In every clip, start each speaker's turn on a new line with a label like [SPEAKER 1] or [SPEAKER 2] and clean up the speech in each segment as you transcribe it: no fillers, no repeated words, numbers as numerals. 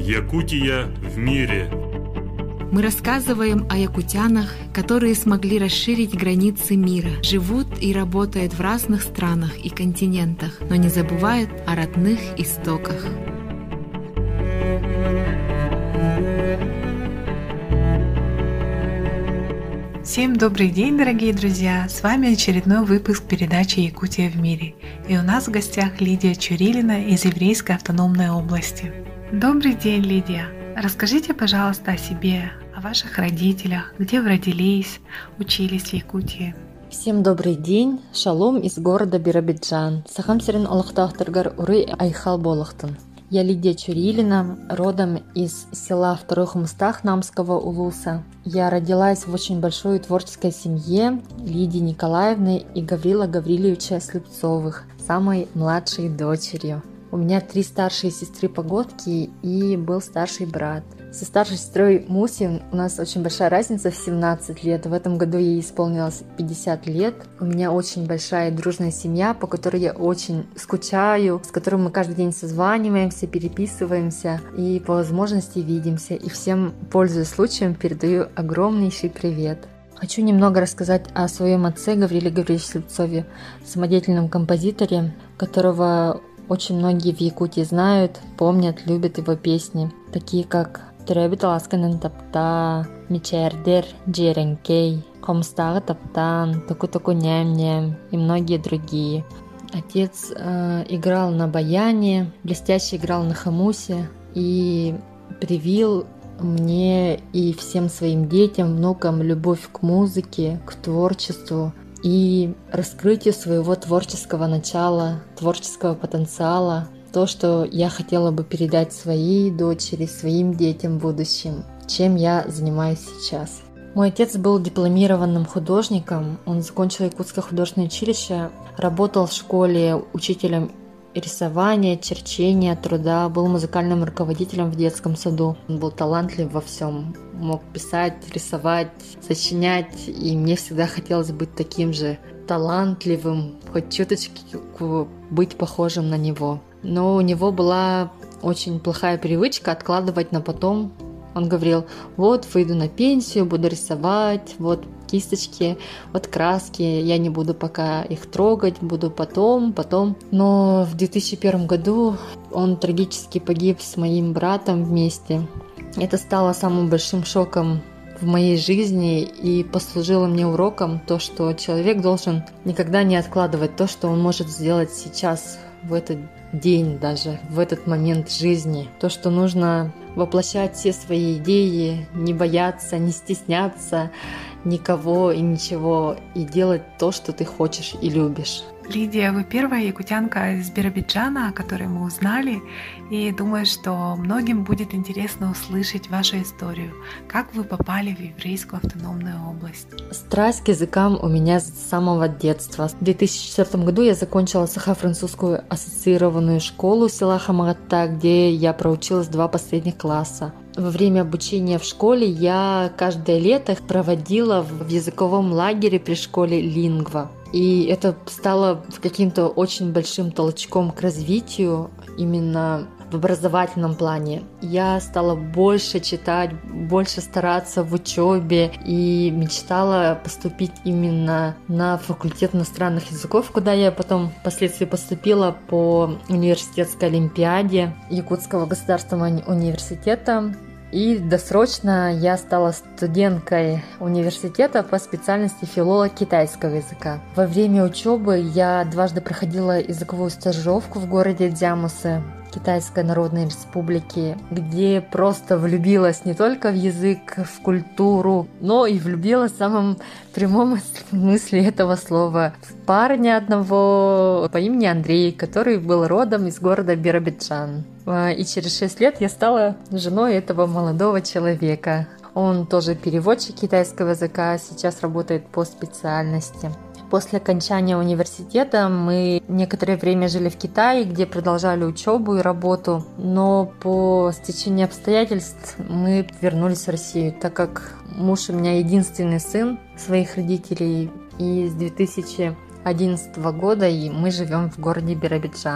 [SPEAKER 1] Якутия в мире.
[SPEAKER 2] Мы рассказываем о якутянах, которые смогли расширить границы мира, живут и работают в разных странах и континентах, но не забывают о родных истоках.
[SPEAKER 3] Всем добрый день, дорогие друзья! С вами очередной выпуск передачи «Якутия в мире». И у нас в гостях Лидия Чурилина из Еврейской автономной области. Добрый день, Лидия! Расскажите, пожалуйста, о себе, о ваших родителях, где вы родились, учились в Якутии.
[SPEAKER 4] Всем добрый день! Шалом из города Биробиджан. Сахамсерин Аллахтахтаргар Уры Айхал Болохтан. Я Лидия Чурилина, родом из села Вторых Мустах Намского улуса. Я родилась в очень большой творческой семье Лидии Николаевны и Гаврила Гавриловича Слепцовых, самой младшей дочерью. У меня 3 старшие сестры погодки и был старший брат. Со старшей сестрой Мусей у нас очень большая разница в 17 лет. В этом году ей исполнилось 50 лет. У меня очень большая дружная семья, по которой я очень скучаю, с которой мы каждый день созваниваемся, переписываемся и по возможности видимся. И всем, пользуясь случаем, передаю огромнейший привет. Хочу немного рассказать о своем отце Гавриле Гавриловиче Слепцове, самодеятельном композиторе, которого очень многие в Якутии знают, помнят, любят его песни, такие как «Төрөбит аласканын тапта», «Мичердер», «Джеренкей», «Комстагы таптан», «Току-току ням-ням» и многие другие. Отец играл на баяне, блестяще играл на хомусе и привил мне и всем своим детям, внукам любовь к музыке, к творчеству и раскрытию своего творческого начала, творческого потенциала, то, что я хотела бы передать своей дочери, своим детям в будущем, чем я занимаюсь сейчас. Мой отец был дипломированным художником, он закончил Якутское художественное училище, работал в школе учителем рисования, черчения, труда, был музыкальным руководителем в детском саду. Он был талантлив во всем, мог писать, рисовать, сочинять, и мне всегда хотелось быть таким же талантливым, хоть чуточку быть похожим на него. Но у него была очень плохая привычка откладывать на потом. Он говорил: вот выйду на пенсию, буду рисовать, вот кисточки, вот краски, я не буду пока их трогать, буду потом. Но в 2001 году он трагически погиб с моим братом вместе. Это стало самым большим шоком в моей жизни и послужило мне уроком, то, что человек должен никогда не откладывать то, что он может сделать сейчас, в этот день даже, в этот момент жизни. То, что нужно воплощать все свои идеи, не бояться, не стесняться никого и ничего, и делать то, что ты хочешь и любишь.
[SPEAKER 3] Лидия, вы первая якутянка из Биробиджана, о которой мы узнали, и думаю, что многим будет интересно услышать вашу историю. Как вы попали в Еврейскую автономную область?
[SPEAKER 4] Страсть к языкам у меня с самого детства. В 2004 году я закончила Саха-французскую ассоциированную школу села Хамагатта, где я проучилась 2 последних класса. Во время обучения в школе я каждое лето проводила в языковом лагере при школе Лингва. И это стало каким-то очень большим толчком к развитию именно в образовательном плане. Я стала больше читать, больше стараться в учебе и мечтала поступить именно на факультет иностранных языков, куда я потом впоследствии поступила по университетской олимпиаде Якутского государственного университета. И досрочно я стала студенткой университета по специальности филолог китайского языка. Во время учебы я дважды проходила языковую стажировку в городе Дзямусы Китайской Народной Республики, где просто влюбилась не только в язык, в культуру, но и влюбилась в самом прямом смысле этого слова в парня одного по имени Андрей, который был родом из города Биробиджан. И через 6 лет я стала женой этого молодого человека. Он тоже переводчик китайского языка, сейчас работает по специальности. После окончания университета мы некоторое время жили в Китае, где продолжали учебу и работу, но по стечению обстоятельств мы вернулись в Россию, так как муж у меня единственный сын своих родителей, и с 2011 года мы живем в городе Биробиджан.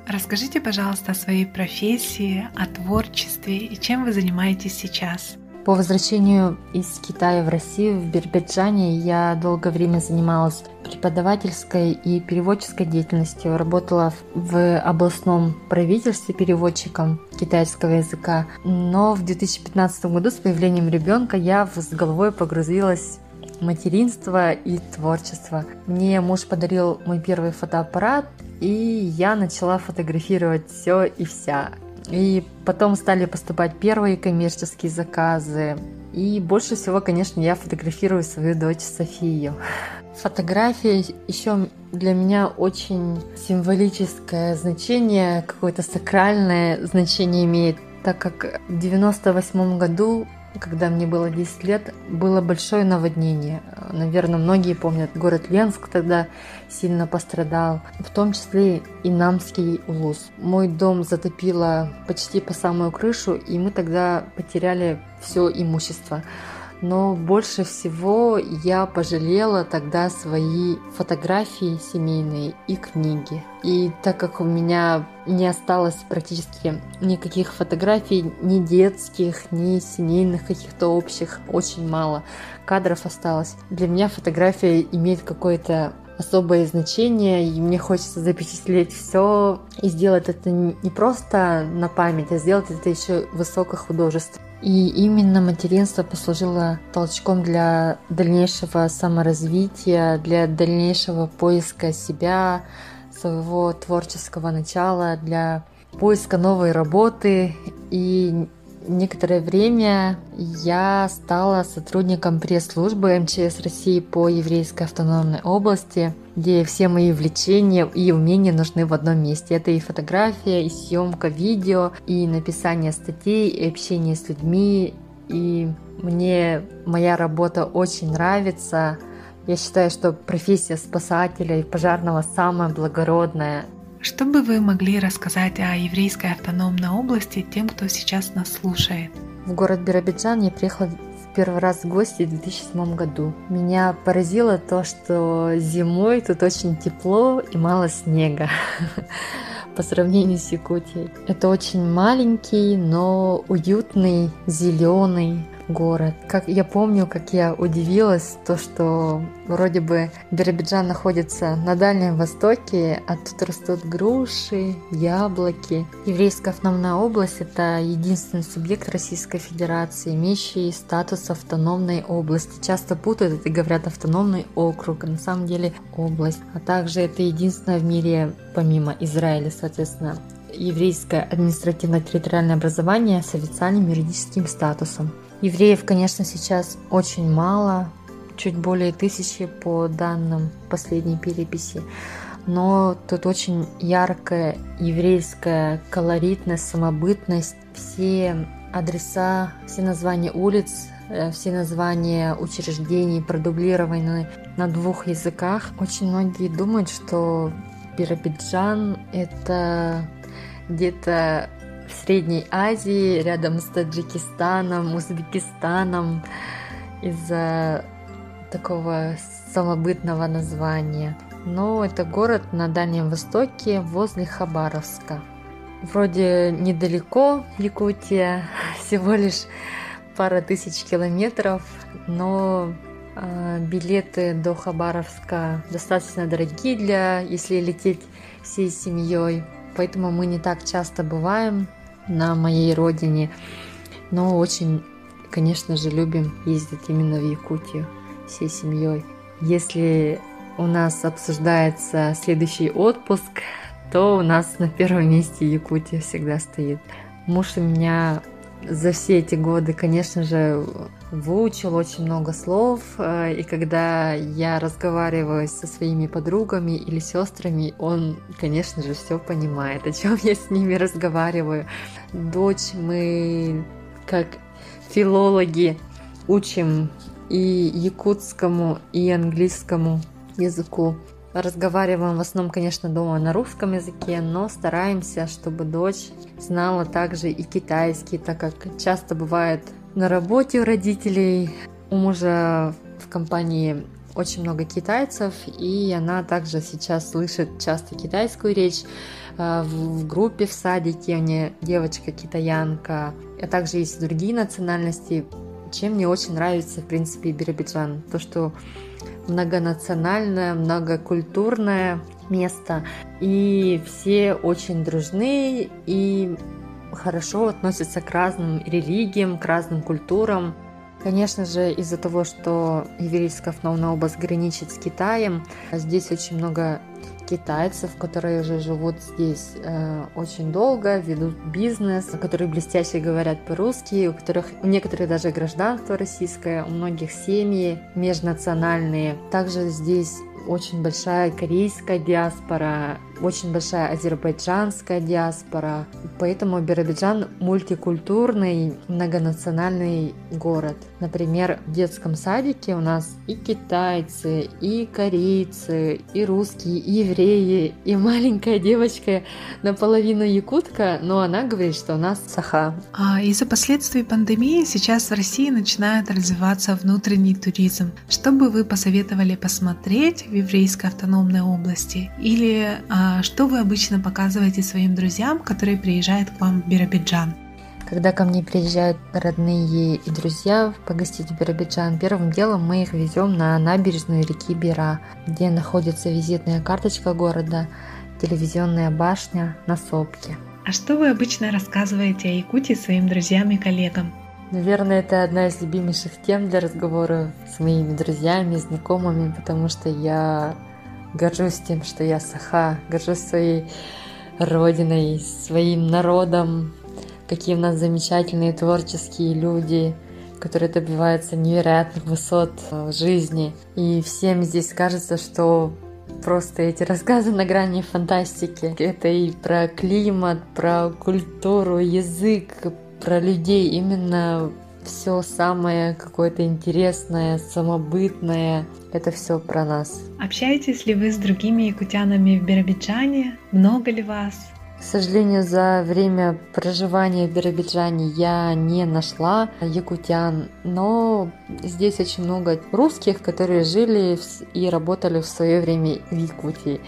[SPEAKER 3] Расскажите, пожалуйста, о своей профессии, о творчестве и чем вы занимаетесь сейчас.
[SPEAKER 4] По возвращению из Китая в Россию, в Биробиджане, я долгое время занималась преподавательской и переводческой деятельностью. Работала в областном правительстве переводчиком китайского языка. Но в 2015 году с появлением ребенка я с головой погрузилась в материнство и творчество. Мне муж подарил мой первый фотоаппарат, и я начала фотографировать все и вся. И потом стали поступать первые коммерческие заказы. И больше всего, конечно, я фотографирую свою дочь Софию. Фотография еще для меня очень символическое значение, какое-то сакральное значение имеет, так как в 1998 году, когда мне было 10 лет, было большое наводнение. Наверное, многие помнят, город Ленск тогда сильно пострадал, в том числе и Намский улус. Мой дом затопило почти по самую крышу, и мы тогда потеряли все имущество. Но больше всего я пожалела тогда свои фотографии семейные и книги. И так как у меня не осталось практически никаких фотографий, ни детских, ни семейных каких-то общих, очень мало кадров осталось. Для меня фотография имеет какое-то особое значение, и мне хочется запечатлеть все и сделать это не просто на память, а сделать это еще высокохудожественно. И именно материнство послужило толчком для дальнейшего саморазвития, для дальнейшего поиска себя, своего творческого начала, для поиска новой работы. И некоторое время я стала сотрудником пресс-службы МЧС России по Еврейской автономной области, где все мои увлечения и умения нужны в одном месте. Это и фотография, и съемка видео, и написание статей, и общение с людьми. И мне моя работа очень нравится. Я считаю, что профессия спасателя и пожарного самая благородная.
[SPEAKER 3] Что бы вы могли рассказать о Еврейской автономной области тем, кто сейчас нас слушает?
[SPEAKER 4] В город Биробиджан я приехала в первый раз в гости в 2007 году. Меня поразило то, что зимой тут очень тепло и мало снега по сравнению с Якутией. Это очень маленький, но уютный, зеленый город. Как я помню, как я удивилась, то, что вроде бы Биробиджан находится на Дальнем Востоке, а тут растут груши, яблоки. Еврейская автономная область — это единственный субъект Российской Федерации, имеющий статус автономной области. Часто путают и говорят автономный округ, а на самом деле область. А также это единственное в мире, помимо Израиля, соответственно, еврейское административно-территориальное образование с официальным юридическим статусом. Евреев, конечно, сейчас очень мало, чуть более 1000 по данным последней переписи, но тут очень яркая еврейская колоритность, самобытность, все адреса, все названия улиц, все названия учреждений продублированы на 2 языках. Очень многие думают, что Биробиджан — это где-то в Средней Азии, рядом с Таджикистаном, Узбекистаном, из-за такого самобытного названия. Но это город на Дальнем Востоке, возле Хабаровска. Вроде недалеко Якутия, всего лишь пара тысяч километров, но билеты до Хабаровска достаточно дорогие, если лететь всей семьей. Поэтому мы не так часто бываем на моей родине, но очень, конечно же, любим ездить именно в Якутию всей семьей. Если у нас обсуждается следующий отпуск, то у нас на первом месте Якутия всегда стоит. Муж у меня за все эти годы, конечно же, выучил очень много слов, и когда я разговариваю со своими подругами или сестрами, он, конечно же, все понимает, о чем я с ними разговариваю. Дочь мы, как филологи, учим и якутскому, и английскому языку. Разговариваем в основном, конечно, дома на русском языке, но стараемся, чтобы дочь знала также и китайский, так как часто бывает на работе у родителей, у мужа в компании очень много китайцев, и она также сейчас слышит часто китайскую речь. В группе в садике у нее девочка китаянка, а также есть другие национальности. Чем мне очень нравится, в принципе, Биробиджан, то, что многонациональное, многокультурное место, и все очень дружны и хорошо относятся к разным религиям, к разным культурам. Конечно же, из-за того, что Еврейская автономная область граничит с Китаем, здесь очень много китайцев, которые уже живут здесь очень долго, ведут бизнес, которые блестяще говорят по-русски, у некоторых даже гражданство российское, у многих семьи межнациональные. Также здесь очень большая корейская диаспора, очень большая азербайджанская диаспора. Поэтому Биробиджан мультикультурный, многонациональный город. Например, в детском садике у нас и китайцы, и корейцы, и русские, и евреи, и маленькая девочка наполовину якутка, но она говорит, что у нас саха.
[SPEAKER 3] Из-за последствий пандемии сейчас в России начинает развиваться внутренний туризм. Что бы вы посоветовали посмотреть в Еврейской автономной области? Или что вы обычно показываете своим друзьям, которые приезжают к вам в Биробиджан?
[SPEAKER 4] Когда ко мне приезжают родные и друзья погостить в Биробиджан, первым делом мы их везем на набережную реки Бира, где находится визитная карточка города, телевизионная башня на сопке.
[SPEAKER 3] А что вы обычно рассказываете о Якутии своим друзьям и коллегам?
[SPEAKER 4] Наверное, это одна из любимейших тем для разговора с моими друзьями, знакомыми, потому что я горжусь тем, что я саха, горжусь своей родиной, своим народом, какие у нас замечательные творческие люди, которые добиваются невероятных высот в жизни. И всем здесь кажется, что просто эти рассказы на грани фантастики. Это и про климат, про культуру, язык, про людей. Именно все самое какое-то интересное, самобытное. Это все про нас.
[SPEAKER 3] Общаетесь ли вы с другими якутянами в Биробиджане? Много ли вас?
[SPEAKER 4] К сожалению, за время проживания в Биробиджане я не нашла якутян, но здесь очень много русских, которые жили и работали в свое время в Якутии.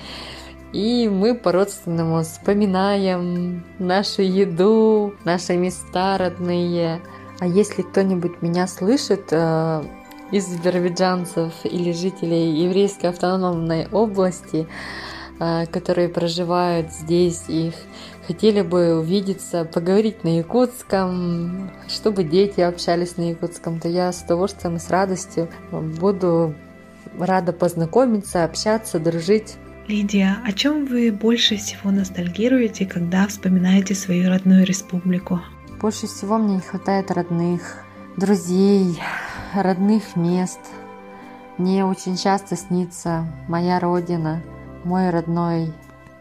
[SPEAKER 4] И мы по-родственному вспоминаем нашу еду, наши места родные. А если кто-нибудь меня слышит из биробиджанцев или жителей Еврейской автономной области, которые проживают здесь, их хотели бы увидеться, поговорить на якутском, чтобы дети общались на якутском, то я с удовольствием и с радостью буду рада познакомиться, общаться, дружить.
[SPEAKER 3] Лидия, о чем вы больше всего ностальгируете, когда вспоминаете свою родную республику?
[SPEAKER 4] Больше всего мне не хватает родных, друзей, родных мест. Мне очень часто снится моя родина, мой родной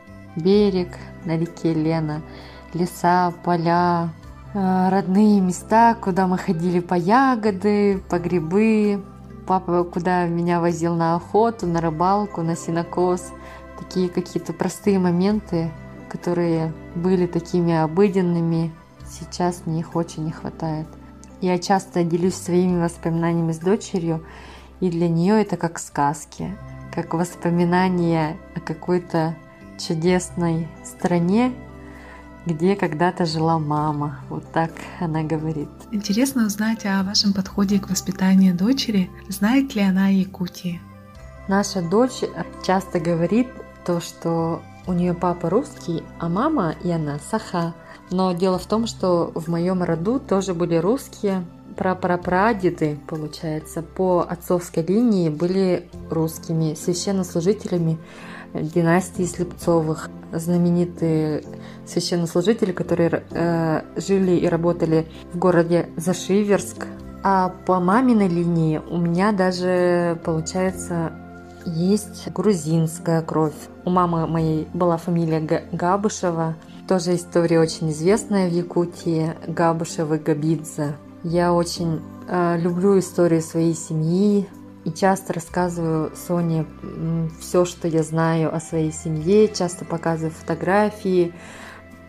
[SPEAKER 4] берег на реке Лена, леса, поля, родные места, куда мы ходили по ягоды, по грибы. Папа куда меня возил на охоту, на рыбалку, на сенокос. Такие какие-то простые моменты, которые были такими обыденными. Сейчас мне их очень не хватает. Я часто делюсь своими воспоминаниями с дочерью, и для нее это как сказки, как воспоминания о какой-то чудесной стране, где когда-то жила мама. Вот так она говорит.
[SPEAKER 3] Интересно узнать о вашем подходе к воспитанию дочери. Знает ли она о Якутии?
[SPEAKER 4] Наша дочь часто говорит то, что у нее папа русский, а мама и она саха. Но дело в том, что в моем роду тоже были русские. Прапрапрадеды, получается, по отцовской линии были русскими священнослужителями династии Слепцовых. Знаменитые священнослужители, которые жили и работали в городе Зашиверск. А по маминой линии у меня даже, получается, есть грузинская кровь. У мамы моей была фамилия Габышева. Тоже история очень известная в Якутии. Габышевы, Габидзе. Я очень люблю историю своей семьи и часто рассказываю Соне все, что я знаю о своей семье, часто показываю фотографии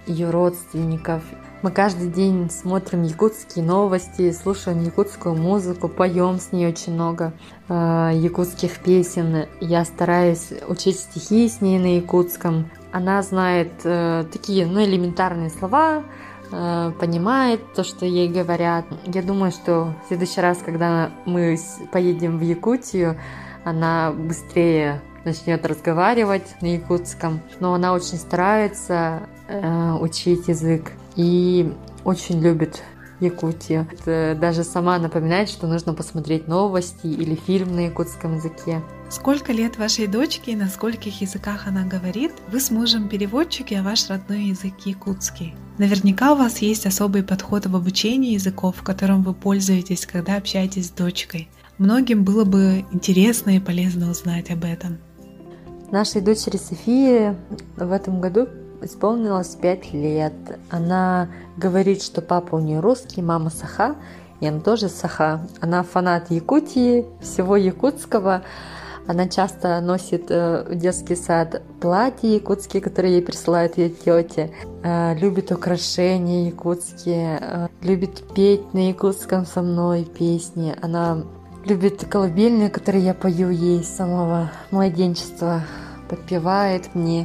[SPEAKER 4] ее родственников. Мы каждый день смотрим якутские новости, слушаем якутскую музыку, поем с ней очень много якутских песен. Я стараюсь учить стихи с ней на якутском. Она знает такие элементарные слова, понимает то, что ей говорят. Я думаю, что в следующий раз, когда мы поедем в Якутию, она быстрее начнет разговаривать на якутском. Но она очень старается учить язык и очень любит Якутию. Даже сама напоминает, что нужно посмотреть новости или фильм на якутском языке.
[SPEAKER 3] Сколько лет вашей дочке и на скольких языках она говорит? Вы с мужем переводчики, а ваш родной язык якутский. Наверняка у вас есть особый подход в обучении языков, которым вы пользуетесь, когда общаетесь с дочкой. Многим было бы интересно и полезно узнать об этом.
[SPEAKER 4] Нашей дочери Софии в этом году исполнилось 5 лет. Она говорит, что папа у нее русский, мама саха, и она тоже саха. Она фанат Якутии, всего якутского. Она часто носит в детский сад платья якутские, которые ей присылают ее тети. Любит украшения якутские, любит петь на якутском со мной песни. Она любит колыбельные, которые я пою ей с самого младенчества, подпевает мне.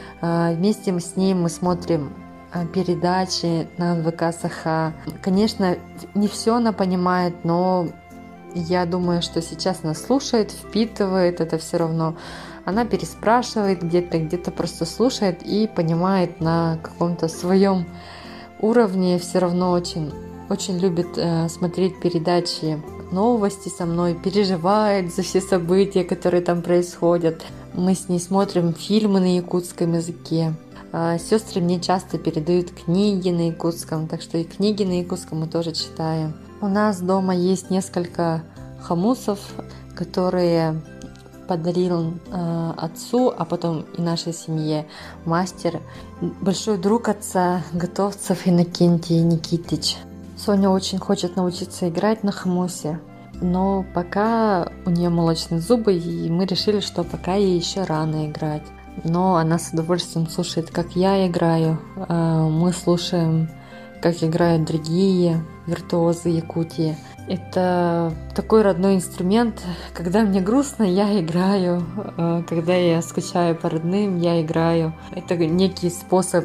[SPEAKER 4] Вместе с ней мы смотрим передачи на НВК Саха. Конечно, не все она понимает, но я думаю, что сейчас она слушает, впитывает это все равно. Она переспрашивает где-то просто слушает и понимает на каком-то своем уровне. Все равно очень любит смотреть передачи, новости со мной, переживает за все события, которые там происходят. Мы с ней смотрим фильмы на якутском языке. Сестры мне часто передают книги на якутском, так что и книги на якутском мы тоже читаем. У нас дома есть несколько хомусов, которые подарил отцу, а потом и нашей семье мастер, большой друг отца, Готовцев Иннокентий Никитич. Соня очень хочет научиться играть на хомусе, но пока у нее молочные зубы, и мы решили, что пока ей еще рано играть. Но она с удовольствием слушает, как я играю. Мы слушаем, как играют другие виртуозы Якутии. Это такой родной инструмент. Когда мне грустно, я играю. Когда я скучаю по родным, я играю. Это некий способ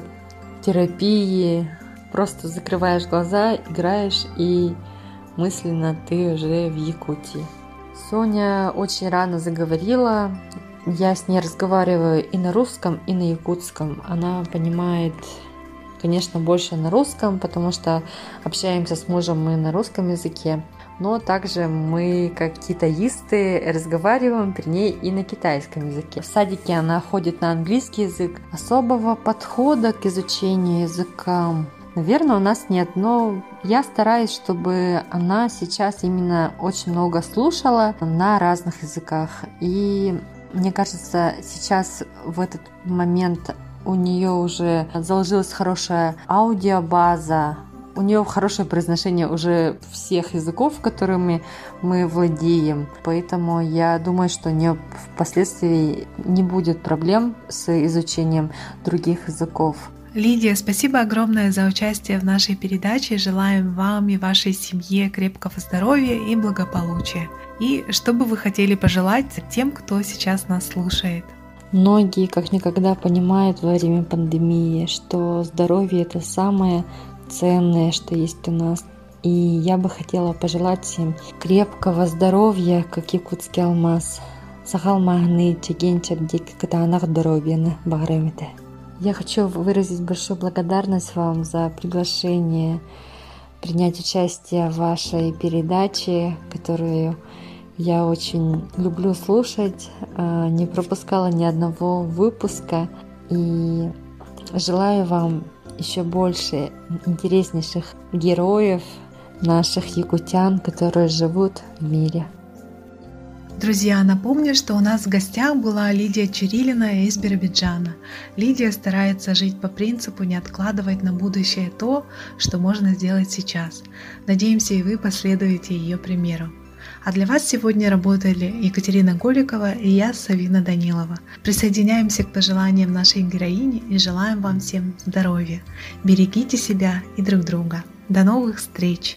[SPEAKER 4] терапии. Просто закрываешь глаза, играешь, и мысленно ты уже в Якутии. Соня очень рано заговорила. Я с ней разговариваю и на русском, и на якутском. Она понимает, конечно, больше на русском, потому что общаемся с мужем мы на русском языке. Но также мы, как китаисты, разговариваем при ней и на китайском языке. В садике она ходит на английский язык. Особого подхода к изучению языка, наверное, у нас нет, но я стараюсь, чтобы она сейчас именно очень много слушала на разных языках. И мне кажется, сейчас в этот момент у нее уже заложилась хорошая аудиобаза, у нее хорошее произношение уже всех языков, которыми мы владеем. Поэтому я думаю, что у нее впоследствии не будет проблем с изучением других языков.
[SPEAKER 3] Лидия, спасибо огромное за участие в нашей передаче. Желаем вам и вашей семье крепкого здоровья и благополучия. И что бы вы хотели пожелать тем, кто сейчас нас слушает?
[SPEAKER 4] Многие как никогда понимают во время пандемии, что здоровье – это самое ценное, что есть у нас. И я бы хотела пожелать всем крепкого здоровья, как якутский алмаз. Сахалмагны чегенчердик катанах здоровья багремите. Я хочу выразить большую благодарность вам за приглашение принять участие в вашей передаче, которую я очень люблю слушать, не пропускала ни одного выпуска. И желаю вам еще больше интереснейших героев, наших якутян, которые живут в мире.
[SPEAKER 3] Друзья, напомню, что у нас в гостях была Лидия Чурилина из Биробиджана. Лидия старается жить по принципу не откладывать на будущее то, что можно сделать сейчас. Надеемся, и вы последуете ее примеру. А для вас сегодня работали Екатерина Голикова и я, Савина Данилова. Присоединяемся к пожеланиям нашей героини и желаем вам всем здоровья. Берегите себя и друг друга. До новых встреч!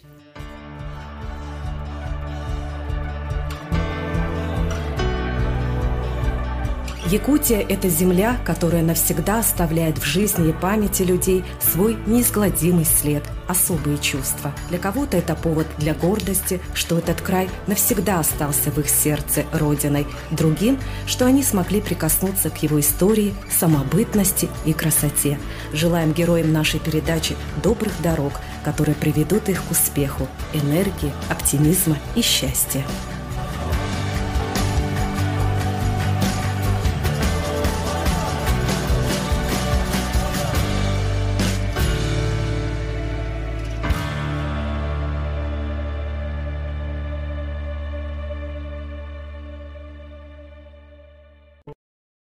[SPEAKER 5] Якутия – это земля, которая навсегда оставляет в жизни и памяти людей свой неизгладимый след, особые чувства. Для кого-то это повод для гордости, что этот край навсегда остался в их сердце родиной, другим, что они смогли прикоснуться к его истории, самобытности и красоте. Желаем героям нашей передачи добрых дорог, которые приведут их к успеху, энергии, оптимизма и счастья.